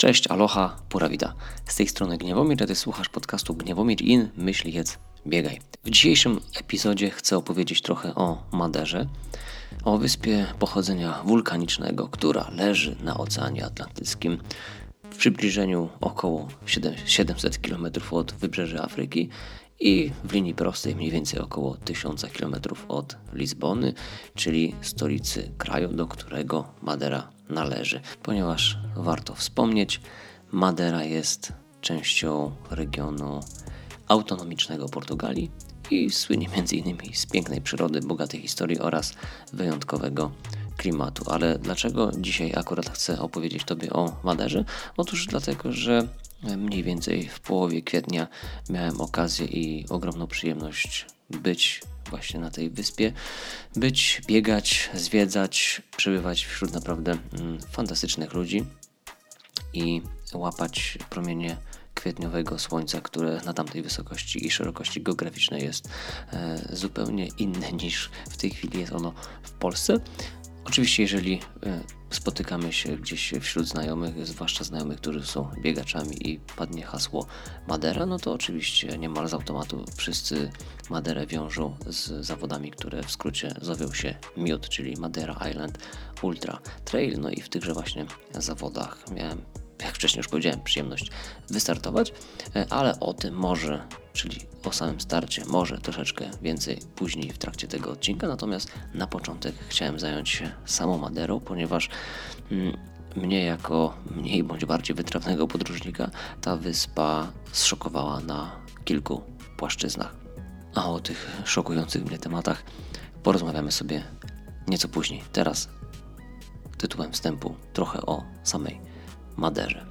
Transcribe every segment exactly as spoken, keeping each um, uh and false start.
Cześć, aloha, pura vida. Z tej strony Gniewomir, a ty słuchasz podcastu Gniewomir in, myśl, jedz, biegaj. W dzisiejszym epizodzie chcę opowiedzieć trochę o Maderze, o wyspie pochodzenia wulkanicznego, która leży na Oceanie Atlantyckim w przybliżeniu około siedemset kilometrów od wybrzeża Afryki i w linii prostej mniej więcej około tysiąc kilometrów od Lizbony, czyli stolicy kraju, do którego Madera należy. Ponieważ warto wspomnieć, Madera jest częścią regionu autonomicznego Portugalii i słynie m.in. z pięknej przyrody, bogatej historii oraz wyjątkowego klimatu. Ale dlaczego dzisiaj akurat chcę opowiedzieć Tobie o Maderze? Otóż dlatego, że mniej więcej w połowie kwietnia miałem okazję i ogromną przyjemność być właśnie na tej wyspie, być, biegać, zwiedzać, przebywać wśród naprawdę mm, fantastycznych ludzi i łapać promienie kwietniowego słońca, które na tamtej wysokości i szerokości geograficznej jest e, zupełnie inne niż w tej chwili jest ono w Polsce. Oczywiście jeżeli e, spotykamy się gdzieś wśród znajomych, zwłaszcza znajomych, którzy są biegaczami i padnie hasło Madera, no to oczywiście niemal z automatu wszyscy Maderę wiążą z zawodami, które w skrócie zowią się miód, czyli Madera Island Ultra Trail. No i w tychże właśnie zawodach miałem, jak wcześniej już powiedziałem, przyjemność wystartować, ale o tym może, czyli o samym starcie, może troszeczkę więcej później w trakcie tego odcinka. Natomiast na początek chciałem zająć się samą Maderą, ponieważ mm, mnie jako mniej bądź bardziej wytrawnego podróżnika ta wyspa zszokowała na kilku płaszczyznach. A o tych szokujących mnie tematach porozmawiamy sobie nieco później. Teraz tytułem wstępu trochę o samej Maderze.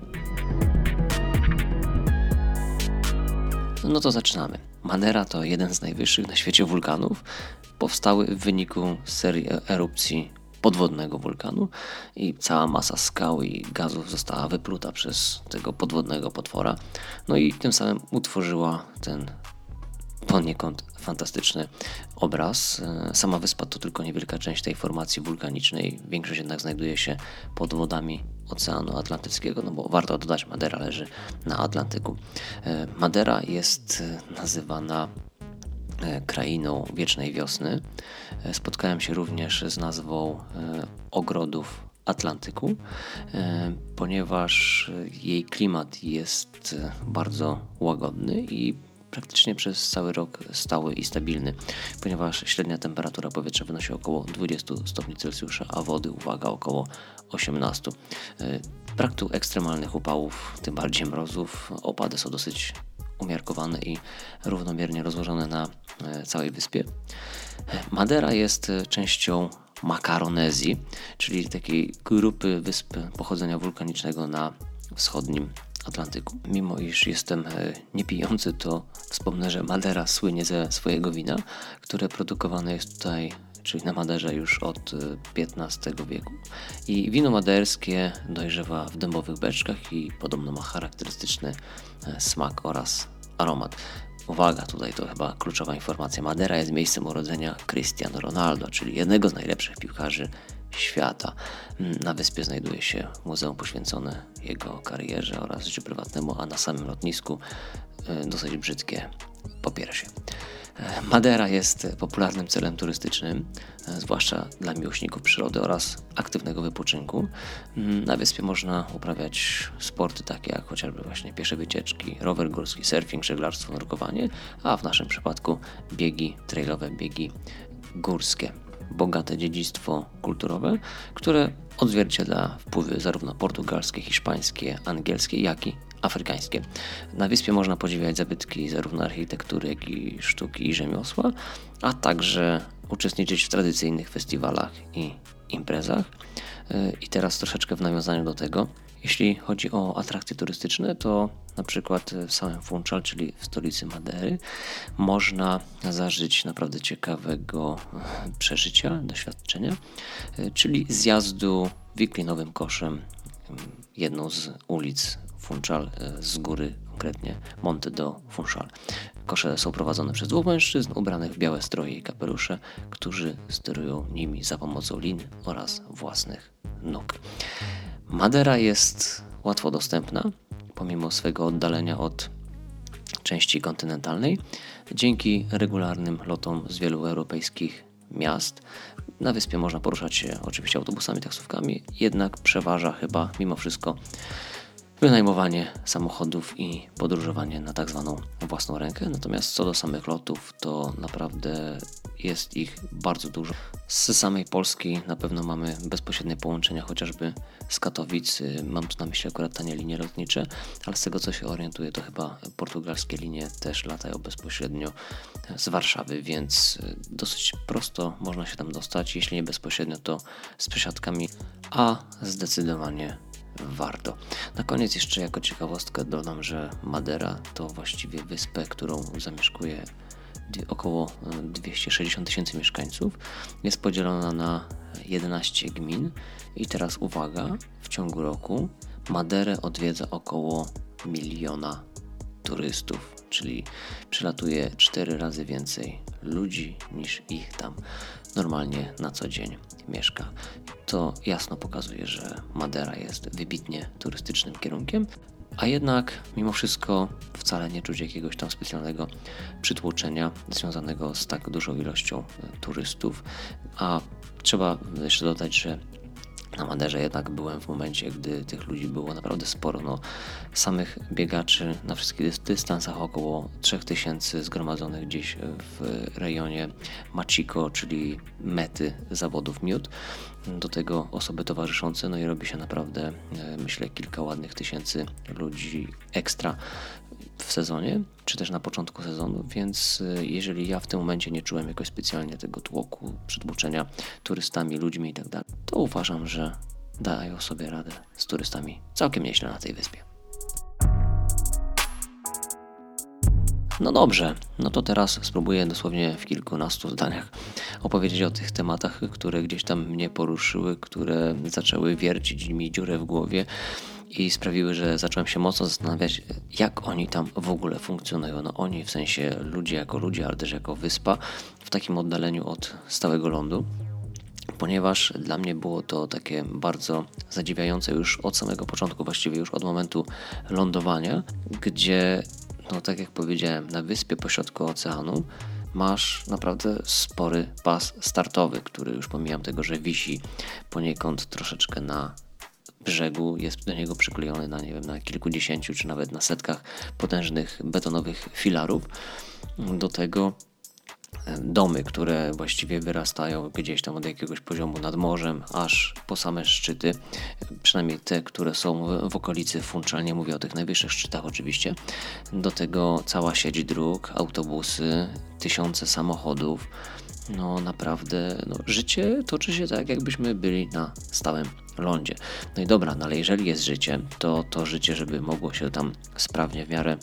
No to zaczynamy. Madera to jeden z najwyższych na świecie wulkanów. Powstały w wyniku serii erupcji podwodnego wulkanu i cała masa skał i gazów została wypluta przez tego podwodnego potwora. No i tym samym utworzyła ten poniekąd fantastyczny obraz. Sama wyspa to tylko niewielka część tej formacji wulkanicznej. Większość jednak znajduje się pod wodami Oceanu Atlantyckiego, no bo warto dodać, Madera leży na Atlantyku. Madera jest nazywana krainą wiecznej wiosny. Spotkałem się również z nazwą ogrodów Atlantyku, ponieważ jej klimat jest bardzo łagodny i praktycznie przez cały rok stały i stabilny, ponieważ średnia temperatura powietrza wynosi około dwadzieścia stopni Celsjusza, a wody, uwaga, około osiemnaście. Brak tu ekstremalnych upałów, tym bardziej mrozów. Opady są dosyć umiarkowane i równomiernie rozłożone na całej wyspie. Madera jest częścią Makaronezji, czyli takiej grupy wysp pochodzenia wulkanicznego na wschodnim Atlantyku. Mimo iż jestem niepijący, to wspomnę, że Madera słynie ze swojego wina, które produkowane jest tutaj, czyli na Maderze, już od piętnastego wieku. I wino maderskie dojrzewa w dębowych beczkach i podobno ma charakterystyczny smak oraz aromat. Uwaga, tutaj to chyba kluczowa informacja. Madera jest miejscem urodzenia Cristiano Ronaldo, czyli jednego z najlepszych piłkarzy świata. Na wyspie znajduje się muzeum poświęcone jego karierze oraz życiu prywatnemu, a na samym lotnisku dosyć brzydkie popiersie. Madera jest popularnym celem turystycznym, zwłaszcza dla miłośników przyrody oraz aktywnego wypoczynku. Na wyspie można uprawiać sporty takie jak chociażby właśnie piesze wycieczki, rower górski, surfing, żeglarstwo, nurkowanie, a w naszym przypadku biegi trailowe, biegi górskie. Bogate dziedzictwo kulturowe, które odzwierciedla wpływy zarówno portugalskie, hiszpańskie, angielskie, jak i afrykańskie. Na wyspie można podziwiać zabytki zarówno architektury, jak i sztuki i rzemiosła, a także uczestniczyć w tradycyjnych festiwalach i imprezach. I teraz troszeczkę w nawiązaniu do tego, jeśli chodzi o atrakcje turystyczne, to na przykład w samym Funchal, czyli w stolicy Madery, można zażyć naprawdę ciekawego przeżycia, doświadczenia, czyli zjazdu wiklinowym koszem jedną z ulic Funchal, z góry konkretnie Monte do Funchal. Kosze są prowadzone przez dwóch mężczyzn ubranych w białe stroje i kapelusze, którzy sterują nimi za pomocą lin oraz własnych nóg. Madera jest łatwo dostępna, pomimo swego oddalenia od części kontynentalnej, dzięki regularnym lotom z wielu europejskich miast. Na wyspie można poruszać się oczywiście autobusami, taksówkami, jednak przeważa chyba mimo wszystko wynajmowanie samochodów i podróżowanie na tak zwaną własną rękę. Natomiast co do samych lotów, to naprawdę jest ich bardzo dużo. Z samej Polski na pewno mamy bezpośrednie połączenia chociażby z Katowic. Mam tu na myśli akurat tanie linie lotnicze, ale z tego co się orientuję, to chyba portugalskie linie też latają bezpośrednio z Warszawy, więc dosyć prosto można się tam dostać. Jeśli nie bezpośrednio, to z przesiadkami, a zdecydowanie warto. Na koniec jeszcze jako ciekawostkę dodam, że Madera to właściwie wyspę, którą zamieszkuje około dwieście sześćdziesiąt tysięcy mieszkańców. Jest podzielona na jedenaście gmin i teraz uwaga, w ciągu roku Maderę odwiedza około miliona turystów, czyli przylatuje cztery razy więcej ludzi niż ich tam normalnie na co dzień mieszka. To jasno pokazuje, że Madera jest wybitnie turystycznym kierunkiem, a jednak mimo wszystko wcale nie czuć jakiegoś tam specjalnego przytłoczenia związanego z tak dużą ilością turystów, a trzeba jeszcze dodać, że na Maderze jednak byłem w momencie, gdy tych ludzi było naprawdę sporo. No, samych biegaczy na wszystkich dystansach około trzy tysiące zgromadzonych gdzieś w rejonie Machiko, czyli mety zawodów miód. Do tego osoby towarzyszące, no i robi się naprawdę, myślę, kilka ładnych tysięcy ludzi ekstra w sezonie, czy też na początku sezonu, więc jeżeli ja w tym momencie nie czułem jakoś specjalnie tego tłoku, przytłoczenia turystami, ludźmi i tak dalej, to uważam, że dają sobie radę z turystami całkiem nieźle na tej wyspie. No dobrze, no to teraz spróbuję dosłownie w kilkunastu zdaniach opowiedzieć o tych tematach, które gdzieś tam mnie poruszyły, które zaczęły wiercić mi dziurę w głowie i sprawiły, że zacząłem się mocno zastanawiać, jak oni tam w ogóle funkcjonują. No oni w sensie ludzie jako ludzie, ale też jako wyspa w takim oddaleniu od stałego lądu. Ponieważ dla mnie było to takie bardzo zadziwiające już od samego początku, właściwie już od momentu lądowania, gdzie, no tak jak powiedziałem, na wyspie pośrodku oceanu masz naprawdę spory pas startowy, który już pomijam tego, że wisi poniekąd troszeczkę na brzegu, jest do niego przyklejony na, nie wiem, na kilkudziesięciu czy nawet na setkach potężnych betonowych filarów. Do tego domy, które właściwie wyrastają gdzieś tam od jakiegoś poziomu nad morzem, aż po same szczyty, przynajmniej te, które są w, w okolicy Funchal, nie mówię o tych najwyższych szczytach oczywiście. Do tego cała sieć dróg, autobusy, tysiące samochodów. No naprawdę, no, życie toczy się tak, jakbyśmy byli na stałym lądzie. No i dobra, no ale jeżeli jest życie, to to życie, żeby mogło się tam sprawnie w miarę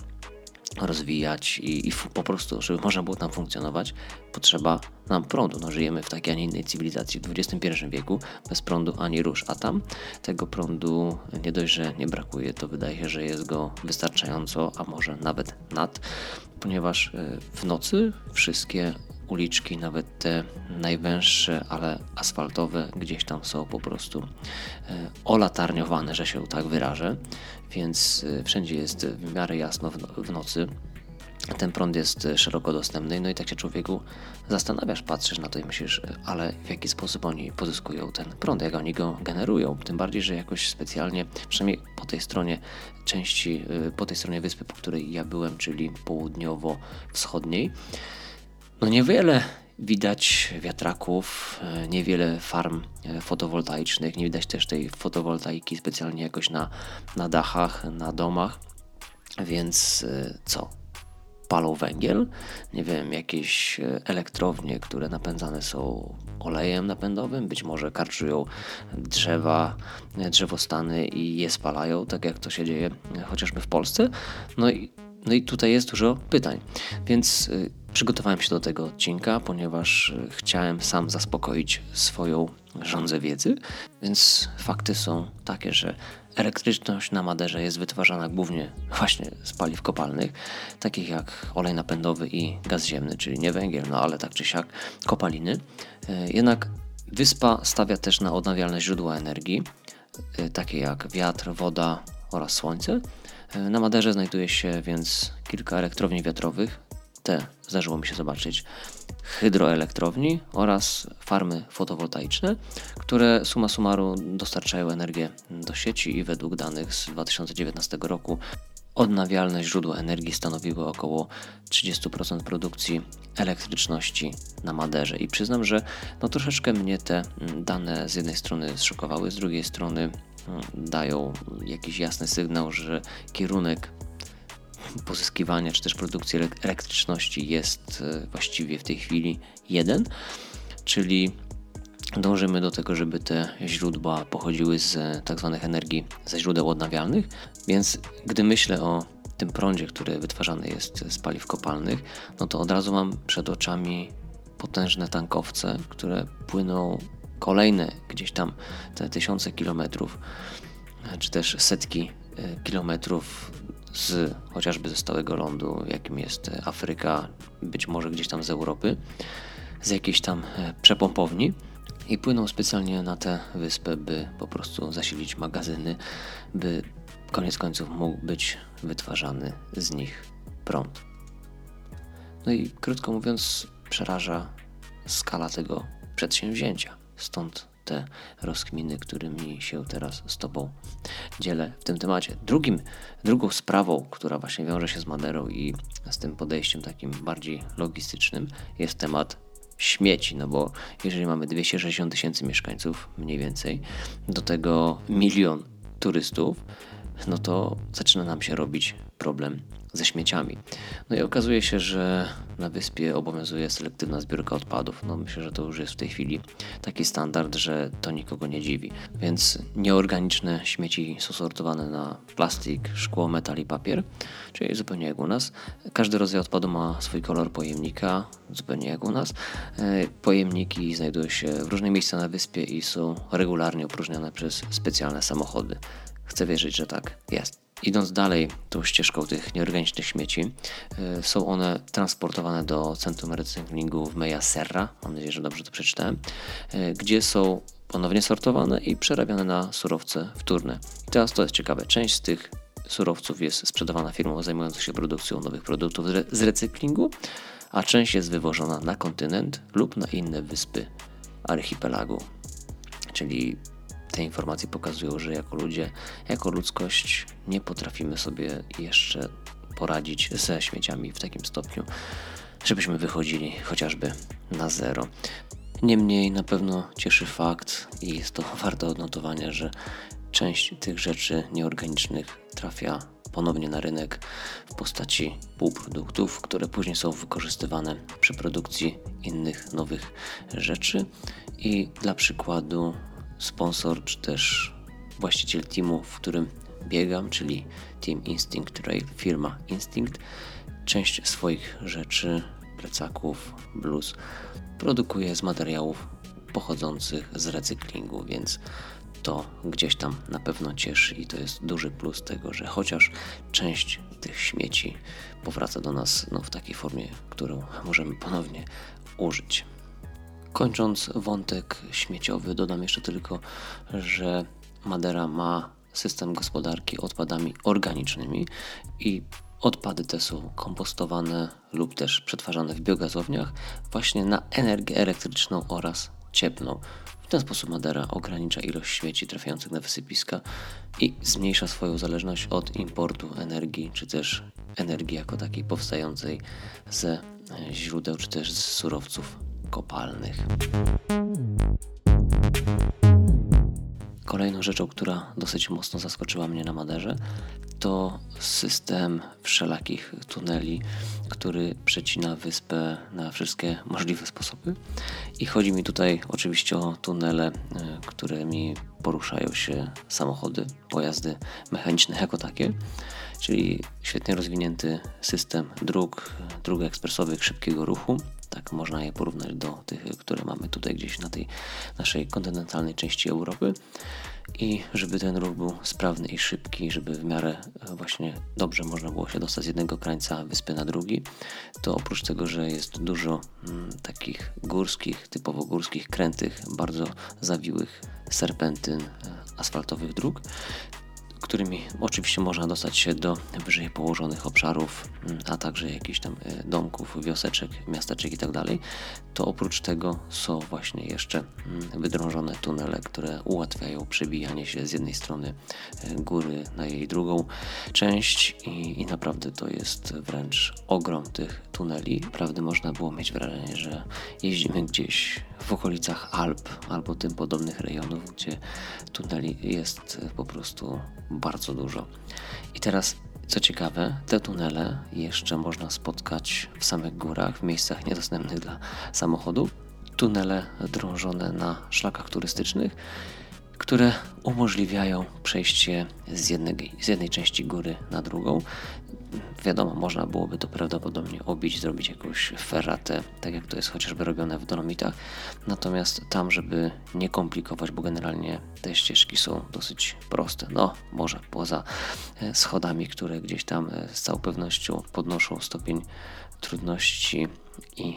rozwijać i, i po prostu, żeby można było tam funkcjonować, potrzeba nam prądu. No, żyjemy w takiej, a nie innej cywilizacji w dwudziestym pierwszym wieku, bez prądu ani rusz, a tam tego prądu nie dość, że nie brakuje, to wydaje się, że jest go wystarczająco, a może nawet nad, ponieważ w nocy wszystkie uliczki, nawet te najwęższe, ale asfaltowe, gdzieś tam są po prostu e, olatarniowane, że się tak wyrażę, więc e, wszędzie jest w miarę jasno w, no, w nocy. Ten prąd jest szeroko dostępny, no i tak się człowieku zastanawiasz, patrzysz na to i myślisz, ale w jaki sposób oni pozyskują ten prąd, jak oni go generują, tym bardziej, że jakoś specjalnie, przynajmniej po tej stronie części, po tej stronie wyspy, po której ja byłem, czyli południowo-wschodniej, no niewiele widać wiatraków, niewiele farm fotowoltaicznych, nie widać też tej fotowoltaiki specjalnie jakoś na, na dachach, na domach, więc co? Palą węgiel, nie wiem, jakieś elektrownie, które napędzane są olejem napędowym, być może karczują drzewa, drzewostany i je spalają, tak jak to się dzieje chociażby w Polsce. No i, no i tutaj jest dużo pytań, więc przygotowałem się do tego odcinka, ponieważ chciałem sam zaspokoić swoją żądzę wiedzy, więc fakty są takie, że elektryczność na Maderze jest wytwarzana głównie właśnie z paliw kopalnych, takich jak olej napędowy i gaz ziemny, czyli nie węgiel, no ale tak czy siak kopaliny. Jednak wyspa stawia też na odnawialne źródła energii, takie jak wiatr, woda, oraz słońce. Na Maderze znajduje się więc kilka elektrowni wiatrowych, te zdarzyło mi się zobaczyć, hydroelektrowni oraz farmy fotowoltaiczne, które summa summarum dostarczają energię do sieci i według danych z dwa tysiące dziewiętnastego roku odnawialne źródła energii stanowiły około trzydzieści procent produkcji elektryczności na Maderze. I przyznam, że no troszeczkę mnie te dane z jednej strony zszokowały, z drugiej strony dają jakiś jasny sygnał, że kierunek pozyskiwania czy też produkcji elektryczności jest właściwie w tej chwili jeden, czyli dążymy do tego, żeby te źródła pochodziły z tak zwanych energii ze źródeł odnawialnych, więc gdy myślę o tym prądzie, który wytwarzany jest z paliw kopalnych, no to od razu mam przed oczami potężne tankowce, które płyną kolejne gdzieś tam te tysiące kilometrów, czy też setki kilometrów z chociażby ze stałego lądu, jakim jest Afryka, być może gdzieś tam z Europy, z jakiejś tam przepompowni i płyną specjalnie na tę wyspę, by po prostu zasilić magazyny, by koniec końców mógł być wytwarzany z nich prąd. No i krótko mówiąc, przeraża skala tego przedsięwzięcia. Stąd te rozkminy, którymi się teraz z Tobą dzielę w tym temacie. Drugim, drugą sprawą, która właśnie wiąże się z Maderą i z tym podejściem takim bardziej logistycznym, jest temat śmieci, no bo jeżeli mamy dwieście sześćdziesiąt tysięcy mieszkańców mniej więcej, do tego milion turystów, no to zaczyna nam się robić problem ze śmieciami. No i okazuje się, że na wyspie obowiązuje selektywna zbiórka odpadów. No myślę, że to już jest w tej chwili taki standard, że to nikogo nie dziwi. Więc nieorganiczne śmieci są sortowane na plastik, szkło, metal i papier, czyli zupełnie jak u nas. Każdy rodzaj odpadu ma swój kolor pojemnika, zupełnie jak u nas. Pojemniki znajdują się w różnych miejscach na wyspie i są regularnie opróżniane przez specjalne samochody. Chcę wierzyć, że tak jest. Idąc dalej tą ścieżką tych nieorganicznych śmieci, yy, są one transportowane do Centrum Recyklingu w Meja Serra, mam nadzieję, że dobrze to przeczytałem, yy, gdzie są ponownie sortowane i przerabiane na surowce wtórne. I teraz to jest ciekawe, część z tych surowców jest sprzedawana firmom zajmującą się produkcją nowych produktów z recyklingu, a część jest wywożona na kontynent lub na inne wyspy archipelagu, czyli te informacje pokazują, że jako ludzie, jako ludzkość nie potrafimy sobie jeszcze poradzić ze śmieciami w takim stopniu, żebyśmy wychodzili chociażby na zero. Niemniej na pewno cieszy fakt i jest to warte odnotowania, że część tych rzeczy nieorganicznych trafia ponownie na rynek w postaci półproduktów, które później są wykorzystywane przy produkcji innych nowych rzeczy. I dla przykładu sponsor czy też właściciel teamu, w którym biegam, czyli Team Instinct Trail, firma Instinct, część swoich rzeczy, plecaków, bluz produkuje z materiałów pochodzących z recyklingu, więc to gdzieś tam na pewno cieszy i to jest duży plus tego, że chociaż część tych śmieci powraca do nas no, w takiej formie, którą możemy ponownie użyć. Kończąc wątek śmieciowy, dodam jeszcze tylko, że Madera ma system gospodarki odpadami organicznymi i odpady te są kompostowane lub też przetwarzane w biogazowniach właśnie na energię elektryczną oraz cieplną. W ten sposób Madera ogranicza ilość śmieci trafiających na wysypiska i zmniejsza swoją zależność od importu energii, czy też energii jako takiej powstającej ze źródeł, czy też z surowców kopalnych. Kolejną rzeczą, która dosyć mocno zaskoczyła mnie na Maderze, to system wszelakich tuneli, który przecina wyspę na wszystkie możliwe sposoby. I chodzi mi tutaj oczywiście o tunele, którymi poruszają się samochody, pojazdy mechaniczne jako takie, czyli świetnie rozwinięty system dróg, dróg ekspresowych szybkiego ruchu. Tak można je porównać do tych, które mamy tutaj gdzieś na tej naszej kontynentalnej części Europy. I żeby ten ruch był sprawny i szybki, żeby w miarę właśnie dobrze można było się dostać z jednego krańca wyspy na drugi, to oprócz tego, że jest dużo mm, takich górskich, typowo górskich, krętych, bardzo zawiłych serpentyn, asfaltowych dróg, którymi oczywiście można dostać się do wyżej położonych obszarów, a także jakichś tam domków, wioseczek, miasteczek i tak dalej, to oprócz tego są właśnie jeszcze wydrążone tunele, które ułatwiają przebijanie się z jednej strony góry na jej drugą część i, i naprawdę to jest wręcz ogrom tych tuneli. Naprawdę można było mieć wrażenie, że jeździmy gdzieś w okolicach Alp albo tym podobnych rejonów, gdzie tuneli jest po prostu bardzo dużo. I teraz, co ciekawe, te tunele jeszcze można spotkać w samych górach, w miejscach niedostępnych dla samochodów. Tunele drążone na szlakach turystycznych, które umożliwiają przejście z jednej, z jednej części góry na drugą. Wiadomo, można byłoby to prawdopodobnie obić, zrobić jakąś ferratę, tak jak to jest chociażby robione w Dolomitach. Natomiast tam, żeby nie komplikować, bo generalnie te ścieżki są dosyć proste. No, może poza schodami, które gdzieś tam z całą pewnością podnoszą stopień trudności i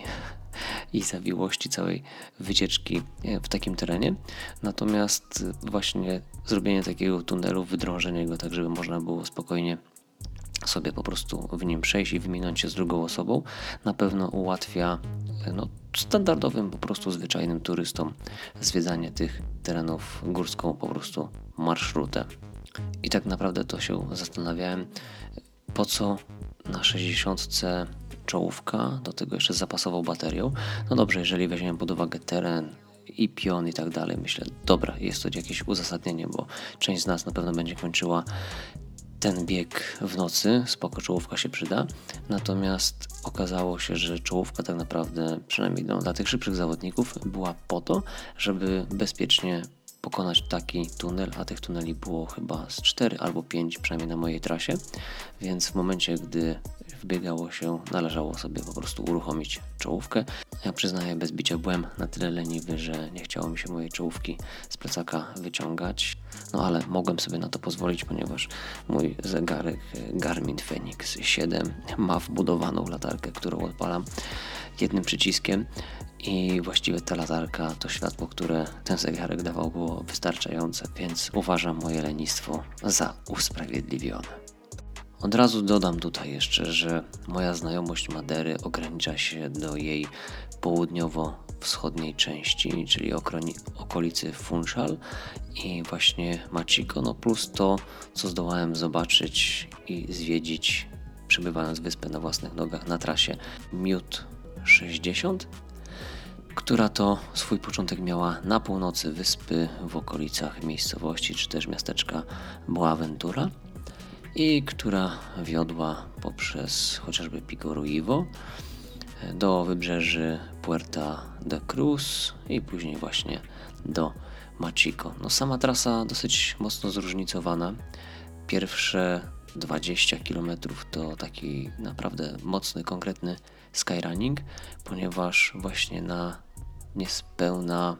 i zawiłości całej wycieczki w takim terenie. Natomiast właśnie zrobienie takiego tunelu, wydrążenie go tak, żeby można było spokojnie sobie po prostu w nim przejść i wyminąć się z drugą osobą, na pewno ułatwia no, standardowym, po prostu zwyczajnym turystom zwiedzanie tych terenów górską po prostu marszrutem. I tak naprawdę to się zastanawiałem, po co na sześćdziesiątce czołówka, do tego jeszcze z zapasową baterią. No dobrze, jeżeli weźmiemy pod uwagę teren i pion i tak dalej, myślę, dobra, jest to jakieś uzasadnienie, bo część z nas na pewno będzie kończyła ten bieg w nocy, spoko, czołówka się przyda. Natomiast okazało się, że czołówka tak naprawdę, przynajmniej no, dla tych szybszych zawodników, była po to, żeby bezpiecznie pokonać taki tunel, a tych tuneli było chyba z cztery albo pięć, przynajmniej na mojej trasie, więc w momencie, gdy wbiegało się, należało sobie po prostu uruchomić czołówkę. Ja przyznaję, bez bicia byłem na tyle leniwy, że nie chciało mi się mojej czołówki z plecaka wyciągać, no ale mogłem sobie na to pozwolić, ponieważ mój zegarek Garmin Fenix siedem ma wbudowaną latarkę, którą odpalam jednym przyciskiem i właściwie ta latarka, to światło, które ten zegarek dawał, było wystarczające, więc uważam moje lenistwo za usprawiedliwione. Od razu dodam tutaj jeszcze, że moja znajomość Madery ogranicza się do jej południowo-wschodniej części, czyli okroni- okolicy Funchal i właśnie Machiko, no plus to, co zdołałem zobaczyć i zwiedzić, przebywając wyspę na własnych nogach na trasie Miód sześćdziesiąt, która to swój początek miała na północy wyspy w okolicach miejscowości czy też miasteczka Boaventura i która wiodła poprzez chociażby Pico Ruivo do wybrzeży Puerta de Cruz i później właśnie do Machiko. No sama trasa dosyć mocno zróżnicowana. Pierwsze dwadzieścia kilometrów to taki naprawdę mocny, konkretny skyrunning, ponieważ właśnie na niespełna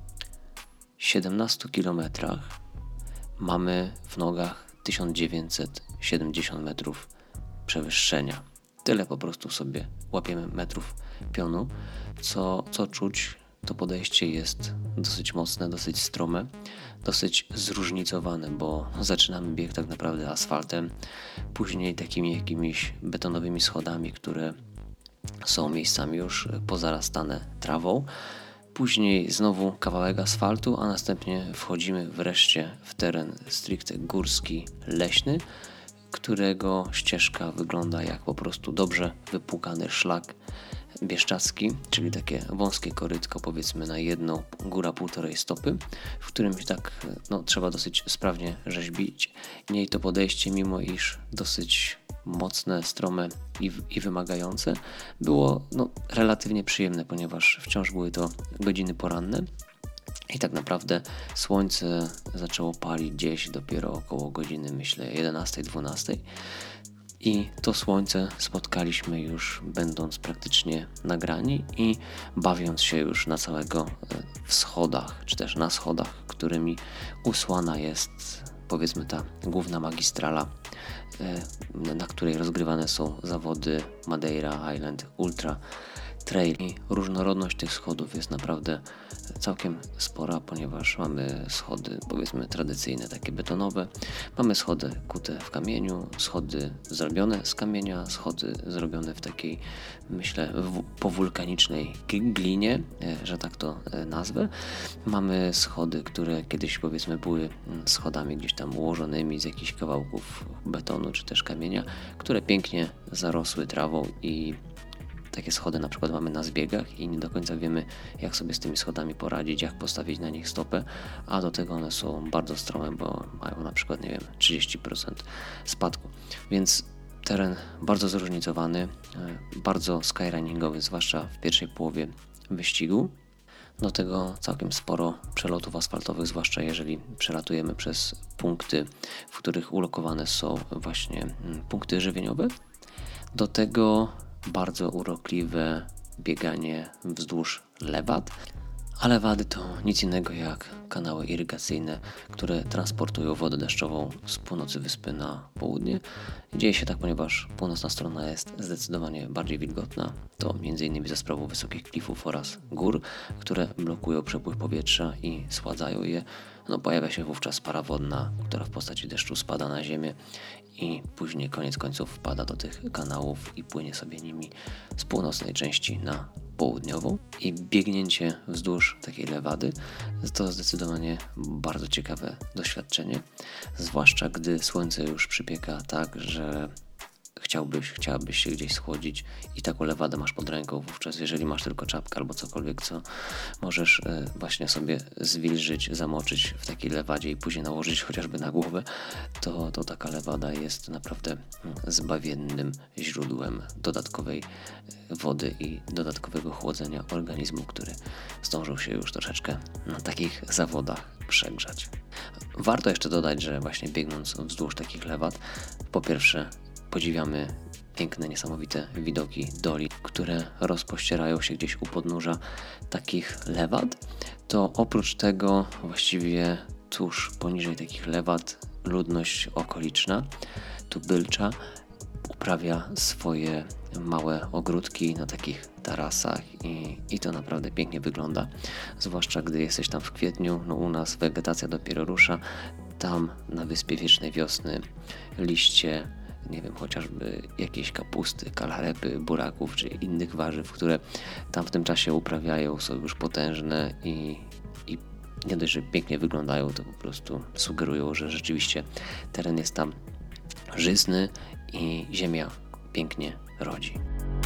siedemnastu kilometrach mamy w nogach tysiąc dziewięćset siedemdziesiąt metrów przewyższenia. Tyle po prostu sobie łapiemy metrów pionu, co, co czuć. To podejście jest dosyć mocne, dosyć strome, dosyć zróżnicowane, bo zaczynamy bieg tak naprawdę asfaltem, później takimi jakimiś betonowymi schodami, które są miejscami już pozarastane trawą, później znowu kawałek asfaltu, a następnie wchodzimy wreszcie w teren stricte górski, leśny, którego ścieżka wygląda jak po prostu dobrze wypłukany szlak bieszczacki, czyli takie wąskie korytko, powiedzmy na jedną, góra półtorej stopy, w którym tak no, trzeba dosyć sprawnie rzeźbić. Jej to podejście, mimo iż dosyć mocne, strome i, i wymagające, było no, relatywnie przyjemne, ponieważ wciąż były to godziny poranne i tak naprawdę słońce zaczęło palić gdzieś dopiero około godziny, myślę, jedenastej dwunastej. I to słońce spotkaliśmy już będąc praktycznie nagrani i bawiąc się już na całego w schodach, czy też na schodach, którymi usłana jest powiedzmy ta główna magistrala, na której rozgrywane są zawody Madeira Island Ultra trail i różnorodność tych schodów jest naprawdę całkiem spora, ponieważ mamy schody powiedzmy tradycyjne, takie betonowe, mamy schody kute w kamieniu, schody zrobione z kamienia, schody zrobione w takiej, myślę, w, powulkanicznej glinie, że tak to nazwę. Mamy schody, które kiedyś powiedzmy były schodami gdzieś tam ułożonymi z jakichś kawałków betonu czy też kamienia, które pięknie zarosły trawą i takie schody na przykład mamy na zbiegach i nie do końca wiemy, jak sobie z tymi schodami poradzić, jak postawić na nich stopę, a do tego one są bardzo strome, bo mają na przykład, nie wiem, trzydzieści procent spadku. Więc teren bardzo zróżnicowany, bardzo skyrunningowy, zwłaszcza w pierwszej połowie wyścigu. Do tego całkiem sporo przelotów asfaltowych, zwłaszcza jeżeli przelatujemy przez punkty, w których ulokowane są właśnie punkty żywieniowe. Do tego bardzo urokliwe bieganie wzdłuż lewad, a lewady to nic innego jak kanały irygacyjne, które transportują wodę deszczową z północy wyspy na południe. Dzieje się tak, ponieważ północna strona jest zdecydowanie bardziej wilgotna, to m.in. za sprawą wysokich klifów oraz gór, które blokują przepływ powietrza i schładzają je. No, pojawia się wówczas para wodna, która w postaci deszczu spada na ziemię i później koniec końców wpada do tych kanałów i płynie sobie nimi z północnej części na południową. I biegnięcie wzdłuż takiej lewady to zdecydowanie bardzo ciekawe doświadczenie, zwłaszcza gdy słońce już przypieka tak, że chciałbyś, chciałabyś się gdzieś schłodzić i taką lewadę masz pod ręką, wówczas jeżeli masz tylko czapkę albo cokolwiek, co możesz właśnie sobie zwilżyć, zamoczyć w takiej lewadzie i później nałożyć chociażby na głowę, to, to taka lewada jest naprawdę zbawiennym źródłem dodatkowej wody i dodatkowego chłodzenia organizmu, który zdążył się już troszeczkę na takich zawodach przegrzać. Warto jeszcze dodać, że właśnie biegnąc wzdłuż takich lewad, po pierwsze podziwiamy piękne, niesamowite widoki doli, które rozpościerają się gdzieś u podnóża takich lewad. To oprócz tego właściwie tuż poniżej takich lewad ludność okoliczna, tubylcza, uprawia swoje małe ogródki na takich tarasach i, i to naprawdę pięknie wygląda, zwłaszcza gdy jesteś tam w kwietniu. No u nas wegetacja dopiero rusza, tam na Wyspie Wiecznej Wiosny liście, nie wiem, chociażby jakiejś kapusty, kalarepy, buraków czy innych warzyw, które tam w tym czasie uprawiają, są już potężne i, i nie dość, że pięknie wyglądają, to po prostu sugerują, że rzeczywiście teren jest tam żyzny i ziemia pięknie rodzi.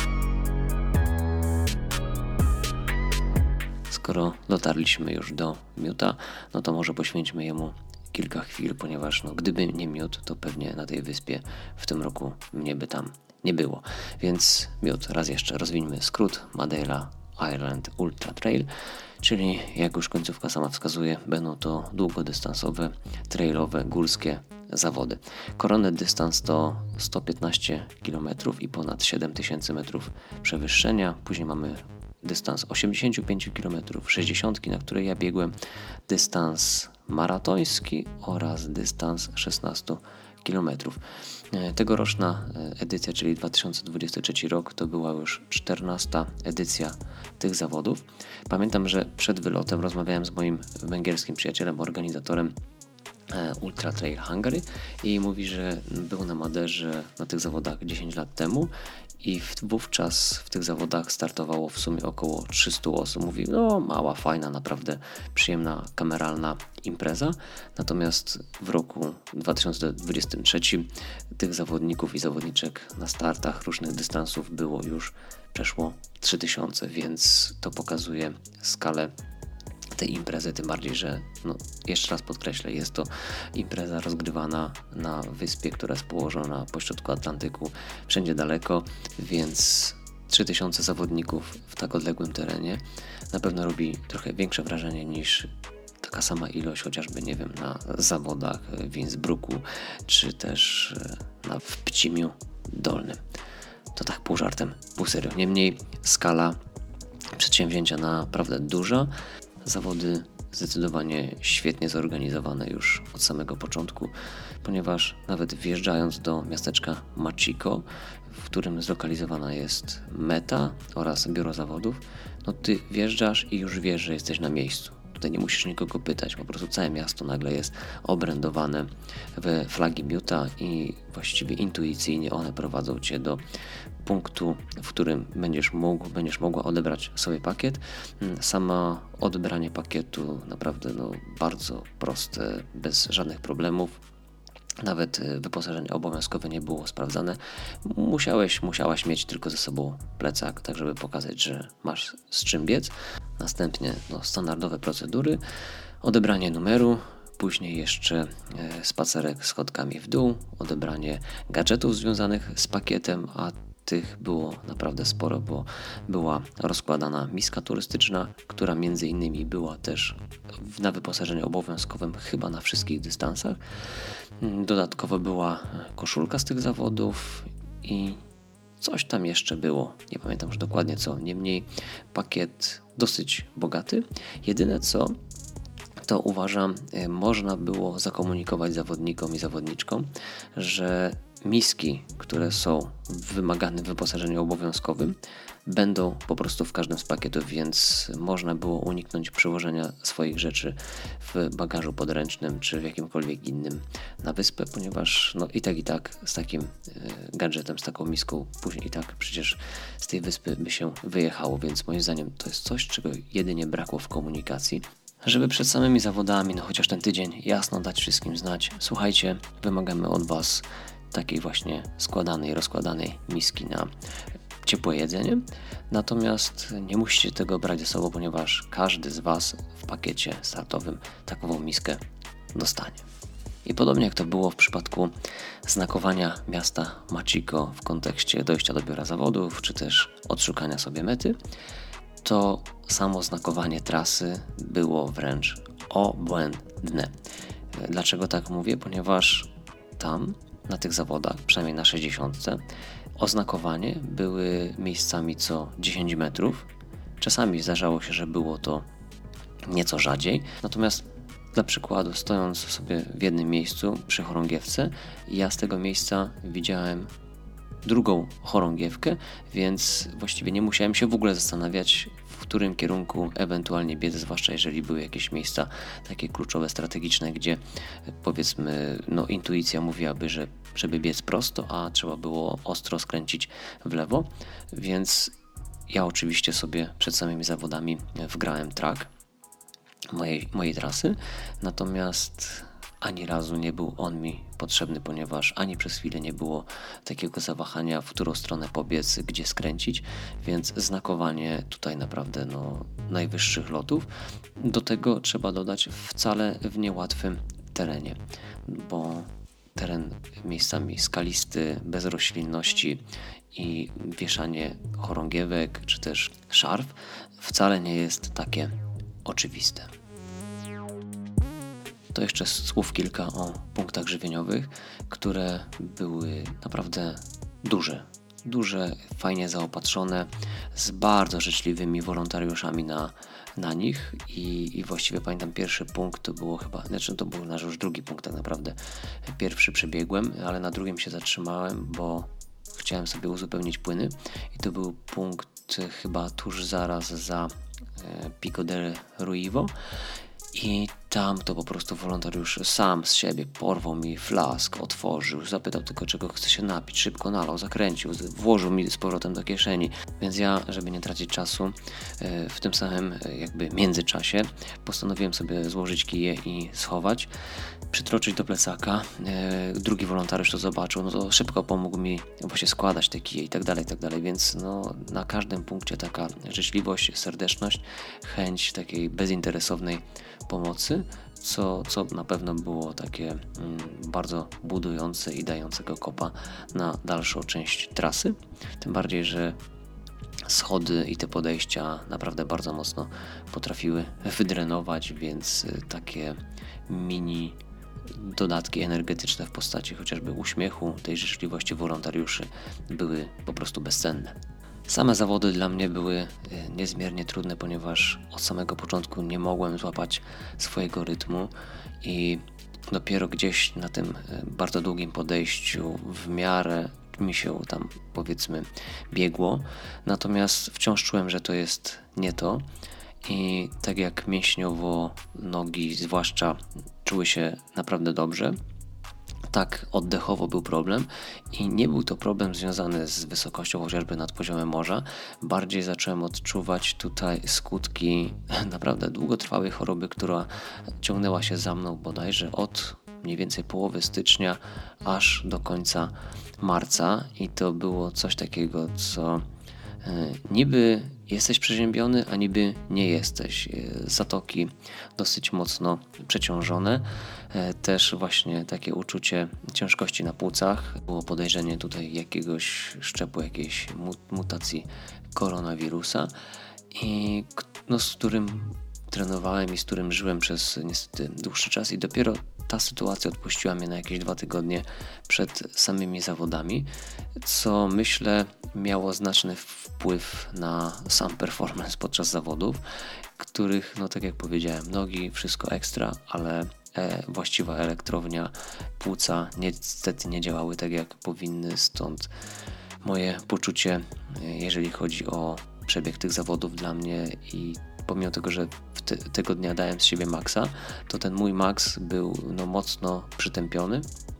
Skoro dotarliśmy już do Miuta, no to może poświęćmy jemu kilka chwil, ponieważ no, gdyby nie miód, to pewnie na tej wyspie w tym roku mnie by tam nie było. Więc miód, raz jeszcze rozwijmy skrót: Madeira Island Ultra Trail, czyli jak już końcówka sama wskazuje, będą to długodystansowe, trailowe, górskie zawody. Koronny dystans to sto piętnaście kilometrów i ponad siedem tysięcy metrów przewyższenia. Później mamy dystans osiemdziesiąt pięć kilometrów, sześćdziesiąt, na której ja biegłem, dystans maratoński oraz dystans szesnaście kilometrów. Tegoroczna edycja, czyli dwa tysiące dwudziesty trzeci rok, to była już czternasta edycja tych zawodów. Pamiętam, że przed wylotem rozmawiałem z moim węgierskim przyjacielem, organizatorem Ultra Trail Hungary i mówi, że był na Maderze na tych zawodach dziesięć lat temu i wówczas w tych zawodach startowało w sumie około trzysta osób. Mówi, no mała, fajna, naprawdę przyjemna, kameralna impreza. Natomiast w roku dwa tysiące dwudziestym trzecim tych zawodników i zawodniczek na startach różnych dystansów było już przeszło trzy tysiące, więc to pokazuje skalę tej imprezy, tym bardziej, że no, jeszcze raz podkreślę, jest to impreza rozgrywana na wyspie, która jest położona pośrodku Atlantyku, wszędzie daleko, więc trzy tysiące zawodników w tak odległym terenie na pewno robi trochę większe wrażenie niż taka sama ilość chociażby, nie wiem, na zawodach w Innsbrucku, czy też na, w Pcimiu Dolnym. To tak pół żartem, pół serio. Niemniej skala przedsięwzięcia naprawdę duża. Zawody zdecydowanie świetnie zorganizowane już od samego początku, ponieważ nawet wjeżdżając do miasteczka Machiko, w którym zlokalizowana jest meta oraz biuro zawodów, no ty wjeżdżasz i już wiesz, że jesteś na miejscu. Tutaj nie musisz nikogo pytać, po prostu całe miasto nagle jest obrędowane we flagi Miuta i właściwie intuicyjnie one prowadzą cię do punktu, w którym będziesz mógł, będziesz mogła odebrać sobie pakiet. Samo odebranie pakietu naprawdę no, bardzo proste, bez żadnych problemów. Nawet wyposażenie obowiązkowe nie było sprawdzane. Musiałeś, musiałaś mieć tylko ze sobą plecak, tak żeby pokazać, że masz z czym biec. Następnie no, standardowe procedury, odebranie numeru, później jeszcze e, spacerek schodkami w dół, odebranie gadżetów związanych z pakietem, a tych było naprawdę sporo, bo była rozkładana miska turystyczna, która między innymi była też na wyposażeniu obowiązkowym chyba na wszystkich dystansach. Dodatkowo była koszulka z tych zawodów i coś tam jeszcze było. Nie pamiętam już dokładnie co. Niemniej pakiet dosyć bogaty. Jedyne co, to uważam, można było zakomunikować zawodnikom i zawodniczkom, że miski, które są wymagane w wyposażeniu obowiązkowym, będą po prostu w każdym z pakietów, więc można było uniknąć przewożenia swoich rzeczy w bagażu podręcznym czy w jakimkolwiek innym na wyspę, ponieważ no i tak i tak z takim y, gadżetem, z taką miską później i tak przecież z tej wyspy by się wyjechało, więc moim zdaniem to jest coś, czego jedynie brakło w komunikacji. Żeby przed samymi zawodami, no chociaż ten tydzień jasno dać wszystkim znać, słuchajcie, wymagamy od Was takiej właśnie składanej, rozkładanej miski na ciepłe jedzenie. Natomiast nie musicie tego brać ze sobą, ponieważ każdy z Was w pakiecie startowym takową miskę dostanie. I podobnie jak to było w przypadku znakowania miasta Machiko w kontekście dojścia do biura zawodów, czy też odszukania sobie mety, to samo znakowanie trasy było wręcz obłędne. Dlaczego tak mówię? Ponieważ tam, na tych zawodach, przynajmniej na sześćdziesiątce, oznakowanie były miejscami co dziesięć metrów. Czasami zdarzało się, że było to nieco rzadziej. Natomiast dla przykładu, stojąc sobie w jednym miejscu przy chorągiewce, ja z tego miejsca widziałem drugą chorągiewkę, więc właściwie nie musiałem się w ogóle zastanawiać, w którym kierunku ewentualnie biec, zwłaszcza jeżeli były jakieś miejsca takie kluczowe, strategiczne, gdzie powiedzmy no intuicja mówiłaby, że żeby biec prosto, a trzeba było ostro skręcić w lewo, więc ja oczywiście sobie przed samymi zawodami wgrałem track mojej, mojej trasy, natomiast ani razu nie był on mi potrzebny, ponieważ ani przez chwilę nie było takiego zawahania, w którą stronę pobiec, gdzie skręcić, więc znakowanie tutaj naprawdę no, najwyższych lotów. Do tego trzeba dodać wcale w niełatwym terenie, bo teren miejscami skalisty, bez roślinności i wieszanie chorągiewek czy też szarf wcale nie jest takie oczywiste. To jeszcze słów kilka o punktach żywieniowych, które były naprawdę duże. Duże, fajnie zaopatrzone, z bardzo życzliwymi wolontariuszami na, na nich I, i właściwie pamiętam pierwszy punkt to było chyba, znaczy to był nasz już drugi punkt tak naprawdę. Pierwszy przebiegłem, ale na drugim się zatrzymałem, bo chciałem sobie uzupełnić płyny i to był punkt chyba tuż zaraz za e, Pico del Ruivo. I tam to po prostu wolontariusz sam z siebie porwał mi flask, otworzył, zapytał tylko czego chce się napić, szybko nalał, zakręcił, włożył mi z powrotem do kieszeni. Więc ja, żeby nie tracić czasu, w tym samym jakby międzyczasie postanowiłem sobie złożyć kije i schować, przytroczyć do plecaka. Drugi wolontariusz to zobaczył, no to szybko pomógł mi właśnie składać te kije i tak dalej, i tak dalej. Więc no, na każdym punkcie taka życzliwość, serdeczność, chęć takiej bezinteresownej pomocy, co, co na pewno było takie mm, bardzo budujące i dającego kopa na dalszą część trasy. Tym bardziej, że schody i te podejścia naprawdę bardzo mocno potrafiły wydrenować, więc takie mini dodatki energetyczne w postaci chociażby uśmiechu, tej życzliwości wolontariuszy były po prostu bezcenne. Same zawody dla mnie były niezmiernie trudne, ponieważ od samego początku nie mogłem złapać swojego rytmu i dopiero gdzieś na tym bardzo długim podejściu w miarę mi się tam, powiedzmy, biegło. Natomiast wciąż czułem, że to jest nie to i tak jak mięśniowo nogi zwłaszcza czuły się naprawdę dobrze, tak oddechowo był problem i nie był to problem związany z wysokością chociażby nad poziomem morza. Bardziej zacząłem odczuwać tutaj skutki naprawdę długotrwałej choroby, która ciągnęła się za mną bodajże od mniej więcej połowy stycznia aż do końca marca i to było coś takiego, co niby jesteś przeziębiony, a niby nie jesteś. Zatoki dosyć mocno przeciążone. Też właśnie takie uczucie ciężkości na płucach. Było podejrzenie tutaj jakiegoś szczepu, jakiejś mutacji koronawirusa, i no, z którym trenowałem i z którym żyłem przez niestety dłuższy czas i dopiero ta sytuacja odpuściła mnie na jakieś dwa tygodnie przed samymi zawodami, co myślę miało znaczny wpływ na sam performance podczas zawodów, których, no tak jak powiedziałem, nogi, wszystko ekstra, ale e, właściwa elektrownia, płuca niestety nie działały tak jak powinny, stąd moje poczucie, jeżeli chodzi o przebieg tych zawodów dla mnie i pomimo tego, że te, tego dnia dałem z siebie maksa, to ten mój maks był no, mocno przytępiony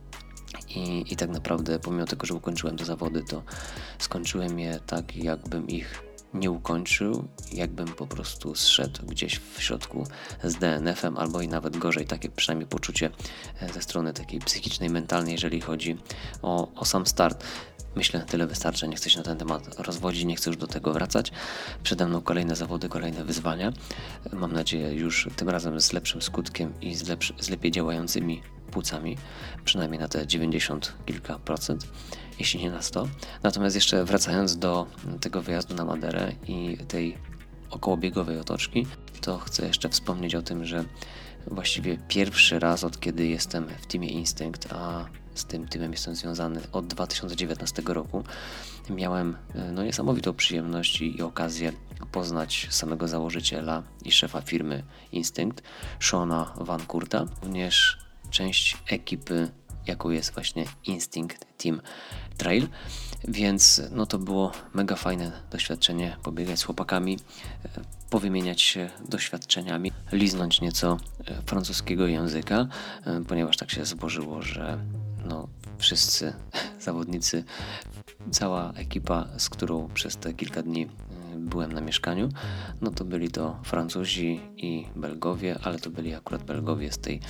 i, i tak naprawdę pomimo tego, że ukończyłem te zawody, to skończyłem je tak, jakbym ich nie ukończył, jakbym po prostu zszedł gdzieś w środku z D N F-em albo i nawet gorzej, takie przynajmniej poczucie ze strony takiej psychicznej, mentalnej, jeżeli chodzi o, o sam start. Myślę, tyle wystarczy, nie chcę się na ten temat rozwodzić, nie chcę już do tego wracać. Przede mną kolejne zawody, kolejne wyzwania. Mam nadzieję już tym razem z lepszym skutkiem i z, lepszy, z lepiej działającymi płucami, przynajmniej na te dziewięćdziesiąt kilka procent, jeśli nie na sto. Natomiast jeszcze wracając do tego wyjazdu na Maderę i tej okołobiegowej otoczki, to chcę jeszcze wspomnieć o tym, że właściwie pierwszy raz od kiedy jestem w teamie Instinct, a z tym teamem jestem związany od dwa tysiące dziewiętnastego roku, miałem no, niesamowitą przyjemność i okazję poznać samego założyciela i szefa firmy Instinct, Shona Van Kurta, również część ekipy, jaką jest właśnie Instinct Team Trail, więc no to było mega fajne doświadczenie, pobiegać z chłopakami, powymieniać się doświadczeniami, liznąć nieco francuskiego języka, ponieważ tak się złożyło, że no, wszyscy zawodnicy, cała ekipa, z którą przez te kilka dni byłem na mieszkaniu, no to byli to Francuzi i Belgowie, ale to byli akurat Belgowie z tej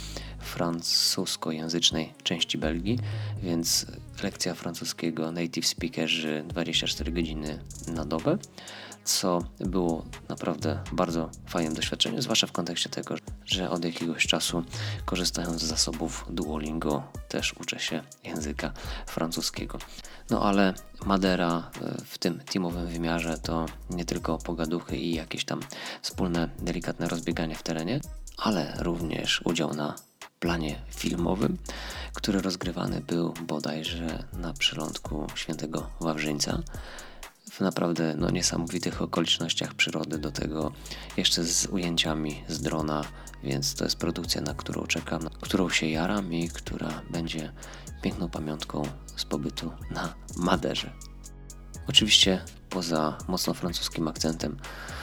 francuskojęzycznej części Belgii, więc lekcja francuskiego, native speakerzy dwadzieścia cztery godziny na dobę, co było naprawdę bardzo fajnym doświadczeniem, zwłaszcza w kontekście tego, że od jakiegoś czasu, korzystając z zasobów Duolingo, też uczę się języka francuskiego. No ale Madera w tym teamowym wymiarze to nie tylko pogaduchy i jakieś tam wspólne, delikatne rozbieganie w terenie, ale również udział na planie filmowym, który rozgrywany był bodajże na przylądku Świętego Wawrzyńca. W naprawdę no, niesamowitych okolicznościach przyrody, do tego jeszcze z ujęciami z drona, więc to jest produkcja, na którą czekam, na którą się jaram i która będzie piękną pamiątką z pobytu na Maderze. Oczywiście poza mocno francuskim akcentem,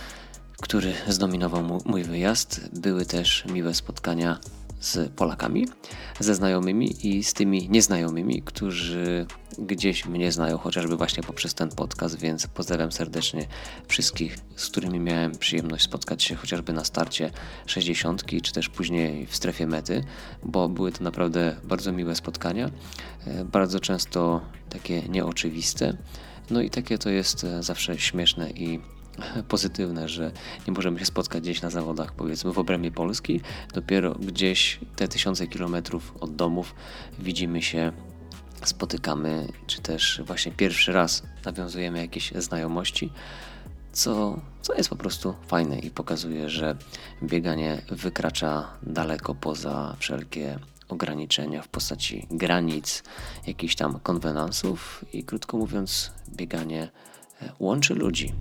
który zdominował mój wyjazd, były też miłe spotkania z Polakami, ze znajomymi i z tymi nieznajomymi, którzy gdzieś mnie znają, chociażby właśnie poprzez ten podcast, więc pozdrawiam serdecznie wszystkich, z którymi miałem przyjemność spotkać się chociażby na starcie sześćdziesiątki, czy też później w strefie mety, bo były to naprawdę bardzo miłe spotkania, bardzo często takie nieoczywiste, no i takie to jest zawsze śmieszne i pozytywne, że nie możemy się spotkać gdzieś na zawodach, powiedzmy w obrębie Polski, dopiero gdzieś te tysiące kilometrów od domów widzimy się, spotykamy, czy też właśnie pierwszy raz nawiązujemy jakieś znajomości, co, co jest po prostu fajne i pokazuje, że bieganie wykracza daleko poza wszelkie ograniczenia w postaci granic, jakichś tam konwenansów i krótko mówiąc bieganie łączy ludzi.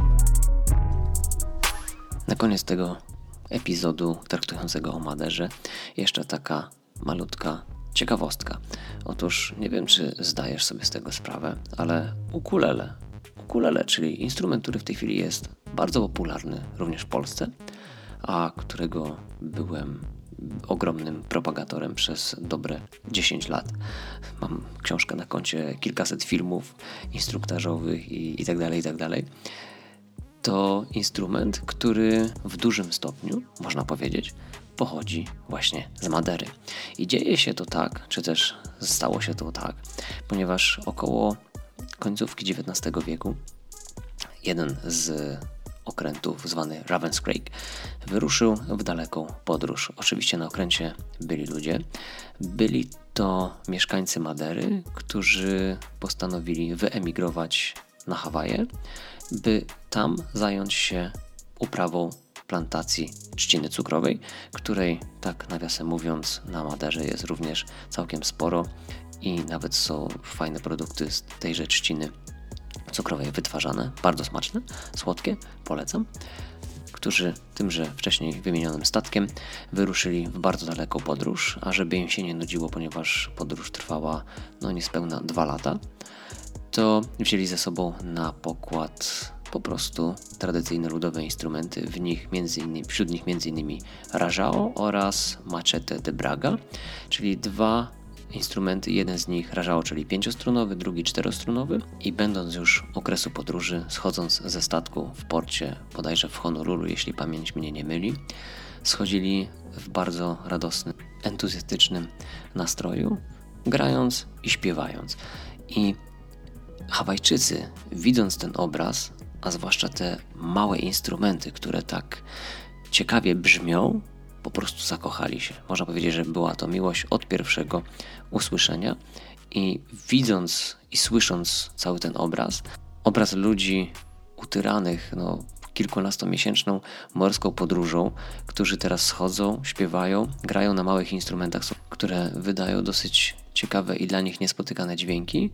Na koniec tego epizodu traktującego o Maderze jeszcze taka malutka ciekawostka. Otóż nie wiem, czy zdajesz sobie z tego sprawę, ale ukulele, ukulele, czyli instrument, który w tej chwili jest bardzo popularny również w Polsce, a którego byłem ogromnym propagatorem przez dobre dziesięć lat. Mam książkę na koncie, kilkaset filmów instruktażowych i, i tak dalej, i tak dalej. To instrument, który w dużym stopniu, można powiedzieć, pochodzi właśnie z Madery. I dzieje się to tak, czy też stało się to tak, ponieważ około końcówki dziewiętnastego wieku jeden z okrętów, zwany Ravenscraig, wyruszył w daleką podróż. Oczywiście na okręcie byli ludzie. Byli to mieszkańcy Madery, którzy postanowili wyemigrować na Hawaje, by tam zająć się uprawą plantacji trzciny cukrowej, której, tak nawiasem mówiąc, na Maderze jest również całkiem sporo i nawet są fajne produkty z tejże trzciny cukrowej wytwarzane, bardzo smaczne, słodkie, polecam, którzy tymże wcześniej wymienionym statkiem wyruszyli w bardzo daleką podróż, a żeby im się nie nudziło, ponieważ podróż trwała no niespełna dwa lata, to wzięli ze sobą na pokład po prostu tradycyjne ludowe instrumenty, w nich między innymi, wśród nich m.in. rajao oraz machete de braga, czyli dwa instrumenty, jeden z nich rajao, czyli pięciostrunowy, drugi czterostrunowy, i będąc już okresu podróży, schodząc ze statku w porcie, bodajże w Honolulu, jeśli pamięć mnie nie myli, schodzili w bardzo radosnym, entuzjastycznym nastroju, grając i śpiewając. I Hawajczycy, widząc ten obraz, a zwłaszcza te małe instrumenty, które tak ciekawie brzmią, po prostu zakochali się. Można powiedzieć, że była to miłość od pierwszego usłyszenia i widząc i słysząc cały ten obraz, obraz ludzi utyranych no, kilkunastomiesięczną morską podróżą, którzy teraz schodzą, śpiewają, grają na małych instrumentach, które wydają dosyć ciekawe i dla nich niespotykane dźwięki,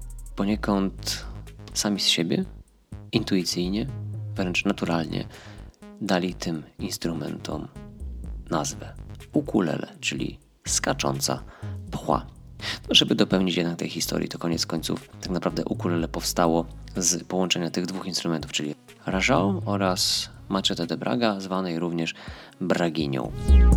poniekąd sami z siebie, intuicyjnie, wręcz naturalnie dali tym instrumentom nazwę ukulele, czyli skacząca pchła. No, żeby dopełnić jednak tej historii, to koniec końców tak naprawdę ukulele powstało z połączenia tych dwóch instrumentów, czyli rajao oraz machete de braga, zwanej również braginią.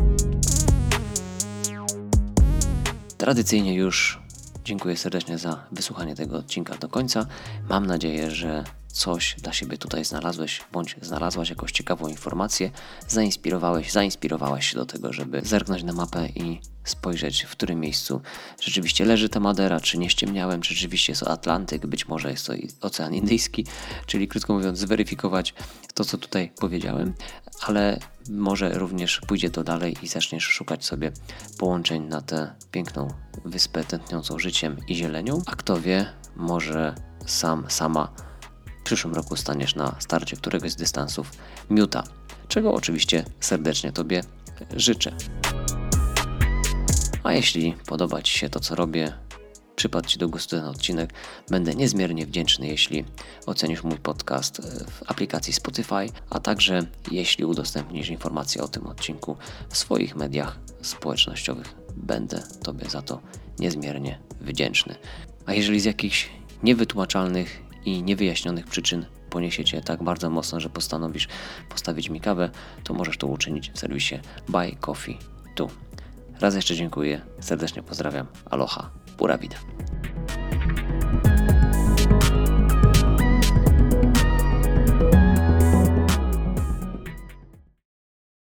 Tradycyjnie już dziękuję serdecznie za wysłuchanie tego odcinka do końca. Mam nadzieję, że coś dla siebie tutaj znalazłeś, bądź znalazłaś jakąś ciekawą informację, zainspirowałeś, zainspirowałaś się do tego, żeby zerknąć na mapę i spojrzeć, w którym miejscu rzeczywiście leży ta Madera, czy nie ściemniałem, czy rzeczywiście jest to Atlantyk, być może jest to Ocean Indyjski, czyli krótko mówiąc zweryfikować to, co tutaj powiedziałem, ale może również pójdzie to dalej i zaczniesz szukać sobie połączeń na tę piękną wyspę tętniącą życiem i zielenią, a kto wie, może sam, sama w przyszłym roku staniesz na starcie któregoś z dystansów miuta, czego oczywiście serdecznie Tobie życzę. A jeśli podoba Ci się to, co robię, przypadł Ci do gustu ten odcinek, będę niezmiernie wdzięczny, jeśli ocenisz mój podcast w aplikacji Spotify, a także jeśli udostępnisz informacje o tym odcinku w swoich mediach społecznościowych. Będę Tobie za to niezmiernie wdzięczny. A jeżeli z jakichś niewytłumaczalnych i niewyjaśnionych przyczyn poniesie Cię tak bardzo mocno, że postanowisz postawić mi kawę, to możesz to uczynić w serwisie Buy Coffee Tu. Raz jeszcze dziękuję, serdecznie pozdrawiam, aloha, pura vida.